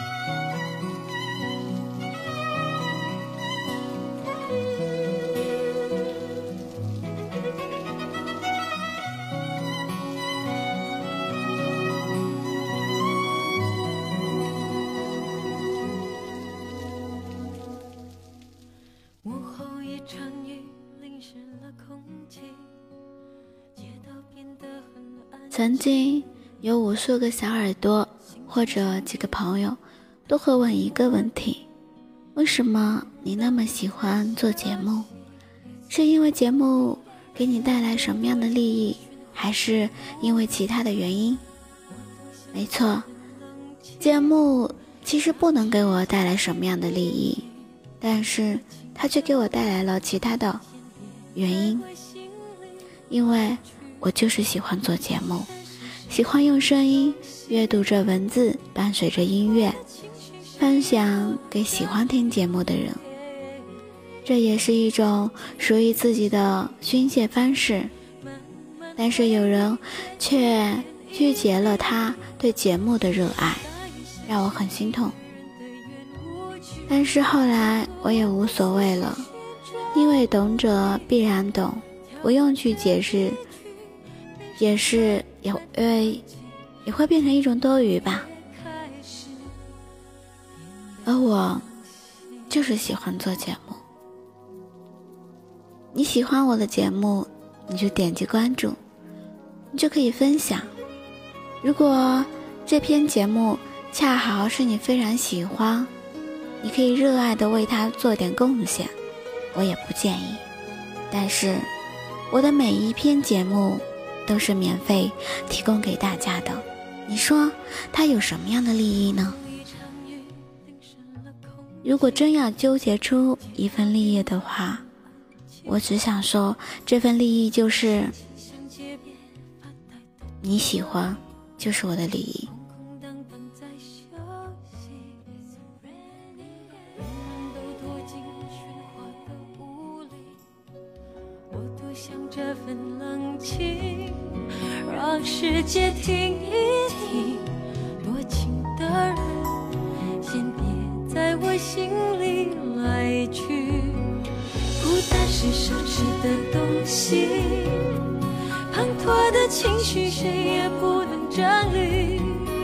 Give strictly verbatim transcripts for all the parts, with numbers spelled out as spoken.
曾经有无数个小耳朵或者几个朋友都会问一个问题：为什么你那么喜欢做节目？是因为节目给你带来什么样的利益，还是因为其他的原因？没错，节目其实不能给我带来什么样的利益，但是它却给我带来了其他的原因。因为我就是喜欢做节目，喜欢用声音阅读着文字，伴随着音乐，分享给喜欢听节目的人。这也是一种属于自己的宣泄方式，但是有人却拒绝了他对节目的热爱，让我很心痛。但是后来我也无所谓了，因为懂者必然懂，不用去解释，解释也会也会变成一种多余吧。而我就是喜欢做节目。你喜欢我的节目，你就点击关注，你就可以分享。如果这篇节目恰好是你非常喜欢，你可以热爱的为它做点贡献，我也不介意。但是我的每一篇节目都是免费提供给大家的，你说它有什么样的利益呢？如果真要纠结出一份利益的话，我只想说，这份利益就是你喜欢，就是我的利益。 想这份冷清，让世界听一听，多情的人先别在我心里来去。孤单是奢侈的东西，滂沱的情绪谁也不能占领。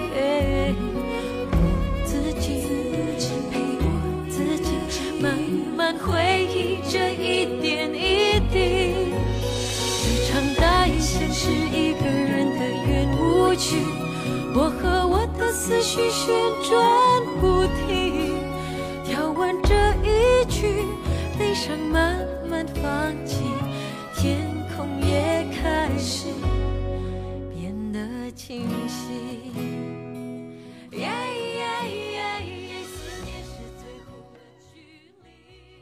我自己陪我自己慢慢回忆这一点一滴，这场大雨像是一个人的圆舞曲，我和我的思绪旋转不停，跳完这一曲，悲伤慢慢放弃，天空也开始变得清晰。思念是最后的距离。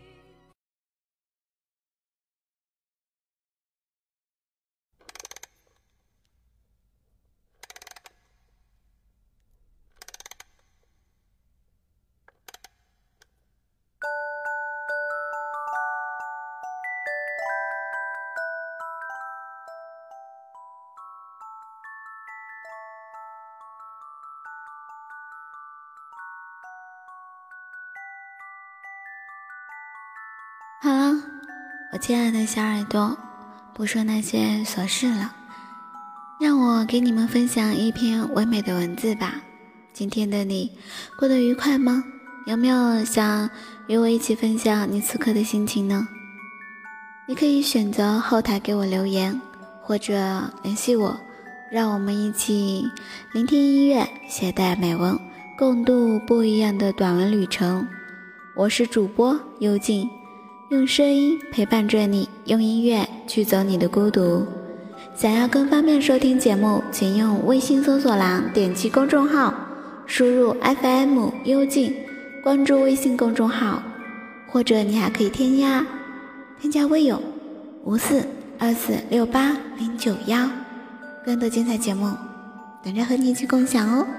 好了，我亲爱的小耳朵，不说那些琐事了，让我给你们分享一篇唯美的文字吧。今天的你过得愉快吗？有没有想与我一起分享你此刻的心情呢？你可以选择后台给我留言，或者联系我，让我们一起聆听音乐，携带美文，共度不一样的短文旅程。我是主播幽静，用声音陪伴着你，用音乐驱走你的孤独。想要更方便收听节目，请用微信搜索栏点击公众号，输入 F M 幽静，关注微信公众号，或者你还可以添加添加微友五四二四六八零九幺，更多精彩节目等着和你一起共享哦。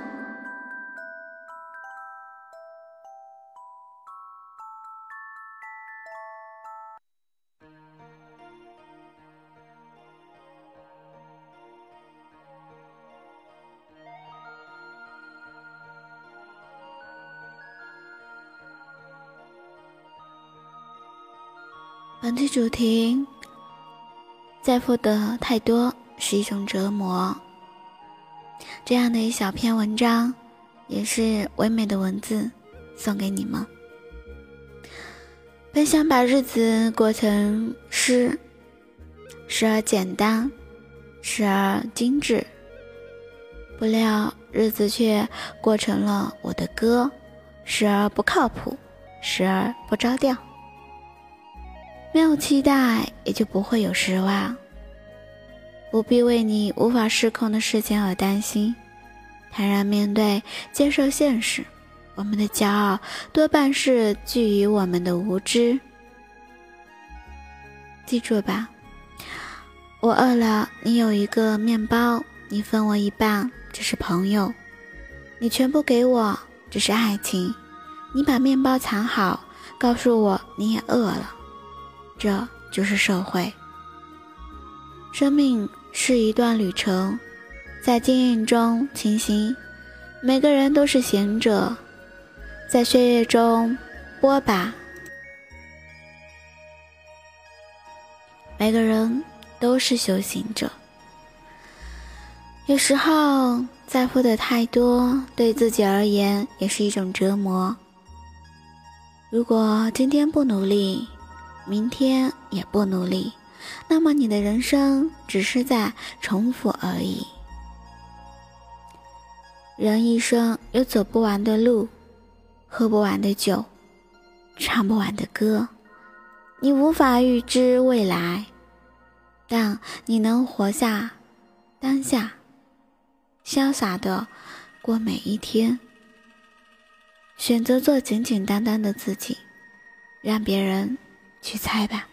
本期主题，在乎的太多是一种折磨。这样的一小篇文章，也是唯美的文字，送给你们。本想把日子过成诗，时而简单，时而精致，不料日子却过成了我的歌，时而不靠谱，时而不着调。没有期待，也就不会有失望。不必为你无法失控的事情而担心，坦然面对，接受现实。我们的骄傲多半是基于我们的无知。记住吧，我饿了，你有一个面包，你分我一半，这是朋友；你全部给我，这是爱情。你把面包藏好，告诉我你也饿了，这就是社会。生命是一段旅程，在经验中前行，每个人都是贤者，在血液中播吧，每个人都是修行者。有时候在乎的太多，对自己而言也是一种折磨。如果今天不努力，明天也不努力，那么你的人生只是在重复而已。人一生有走不完的路，喝不完的酒，唱不完的歌，你无法预知未来，但你能活下当下，潇洒地过每一天，选择做简简单单的自己，让别人去猜吧。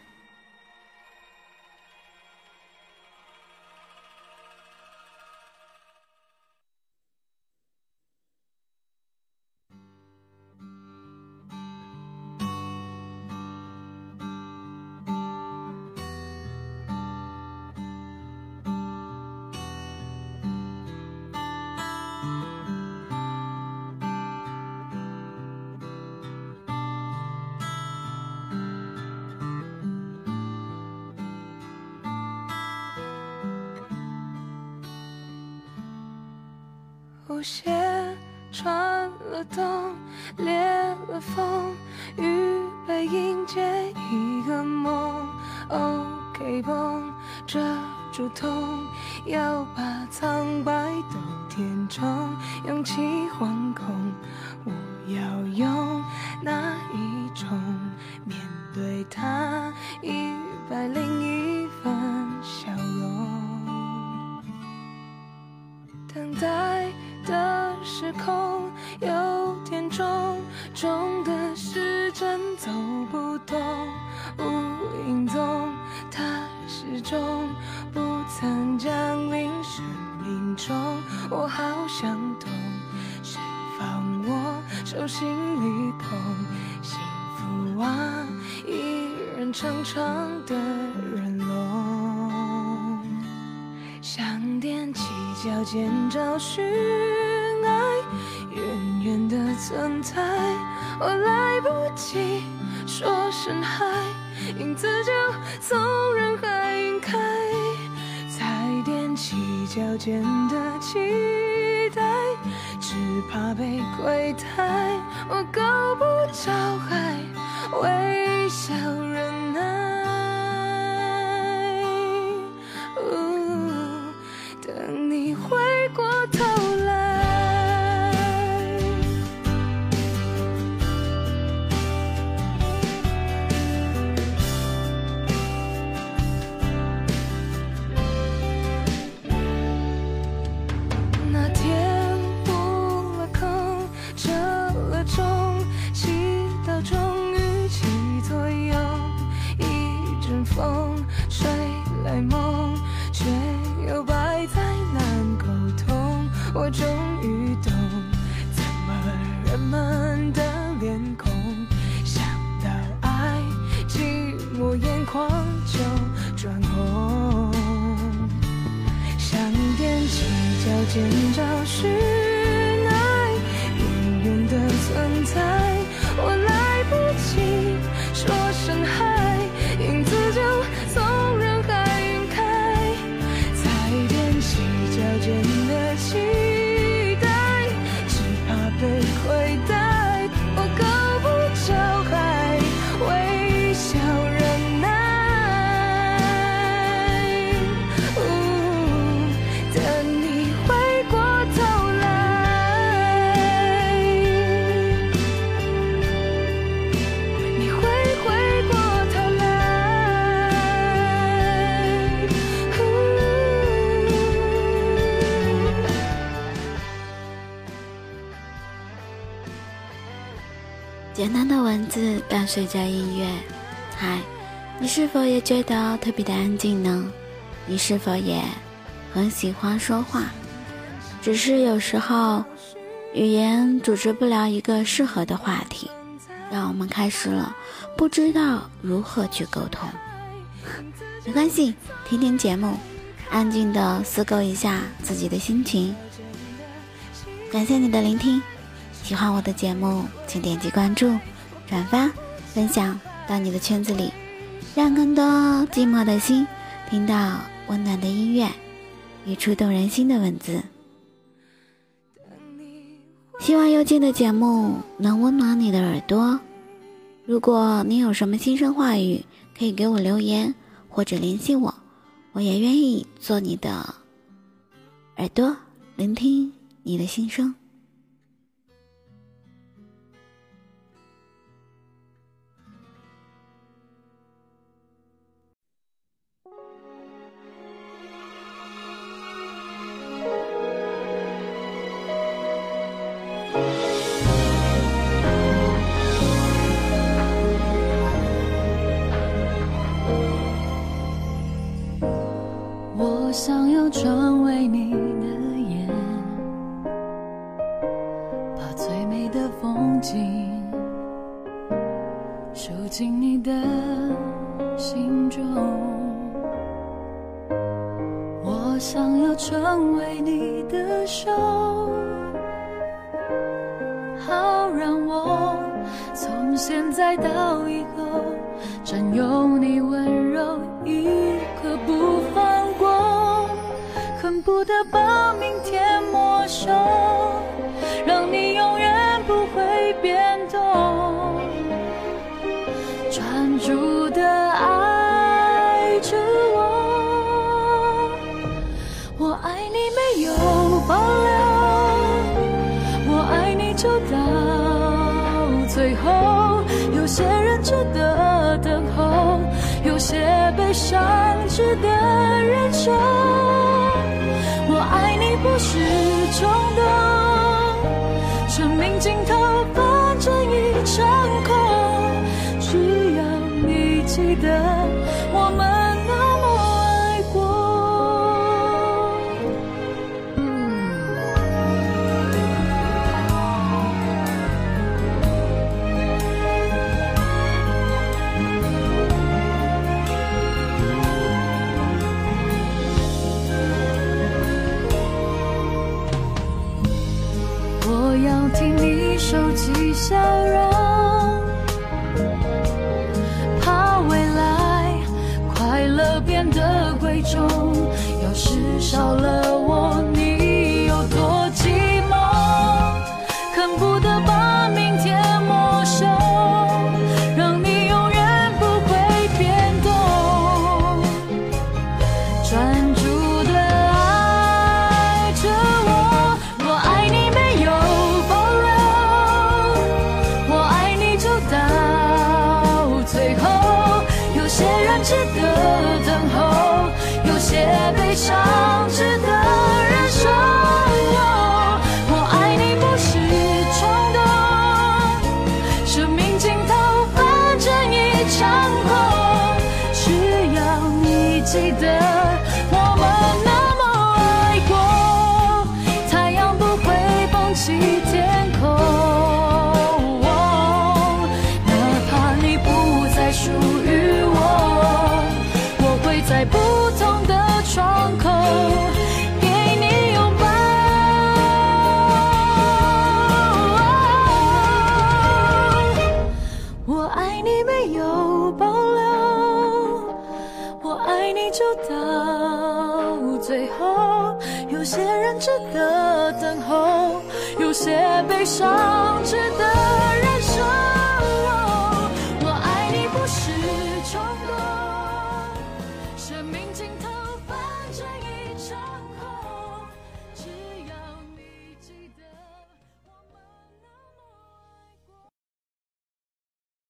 舞鞋穿了洞，裂了缝，预备迎接一个梦。OK 绷遮住痛，要把苍白都填充，勇气惶恐，我要用哪一种面对它，一百零一分笑容。等待的时空有点重，重的时针走不动，无影踪，它始终不曾降临生命中。我好想懂，谁放我手心里捧幸福啊，一人长长的人龙，想踮起脚尖找寻爱，远远的存在，我来不及说声嗨，影子就从人海晕开，才踮起脚尖的期待，只怕被亏待，我够不着海，微笑忍耐。等你回过头来，那天悟了空，折了中，祈祷终于起作用，一阵风吹来梦，却又摆在难沟通。我终于懂，怎么人们的脸孔，想到爱，寂寞眼眶就转红。想踮起脚尖找寻爱，远远的存在，我来不及说声嗨，影子简单的文字伴随着音乐。嗨，你是否也觉得特别的安静呢？你是否也很喜欢说话？只是有时候语言组织不了一个适合的话题，让我们开始了不知道如何去沟通。没关系，听听节目，安静地思构一下自己的心情。感谢你的聆听，喜欢我的节目请点击关注、转发、分享到你的圈子里，让更多寂寞的心听到温暖的音乐与触动人心的文字。希望幽静的节目能温暖你的耳朵。如果你有什么心声话语，可以给我留言或者联系我，我也愿意做你的耳朵，聆听你的心声。 我想要成为你的眼，把最美的风景收进你的心中。我想要成为你的手，好让我从现在到以后占有你温柔一刻不放过，恨不得把明天没收，让你永远不会变动，专注地爱着我。我爱你没有保留，我爱你就到最后，有些人值得等候，有些悲伤值得忍受。我爱你不是冲动，生命尽头反正一场空，只要你记得我们那么爱过。我要替你收起笑容，怕未来快乐变得贵重，要是少了我你有多寂寞，恨不得把明天没收，让你永远不会变动，专注地爱着我。我爱你没有保留，我爱你就到最后，有些人值得等候，有些悲伤值得忍受。我爱你不是冲动，生命尽头反正一场空，只要你记得我们那么爱过，太阳不会放弃天空，哪怕你不再属于我，我会在不同的窗口给你拥抱。我爱你没有保留，我爱你就到最后，有些人值得等候，有些悲伤值得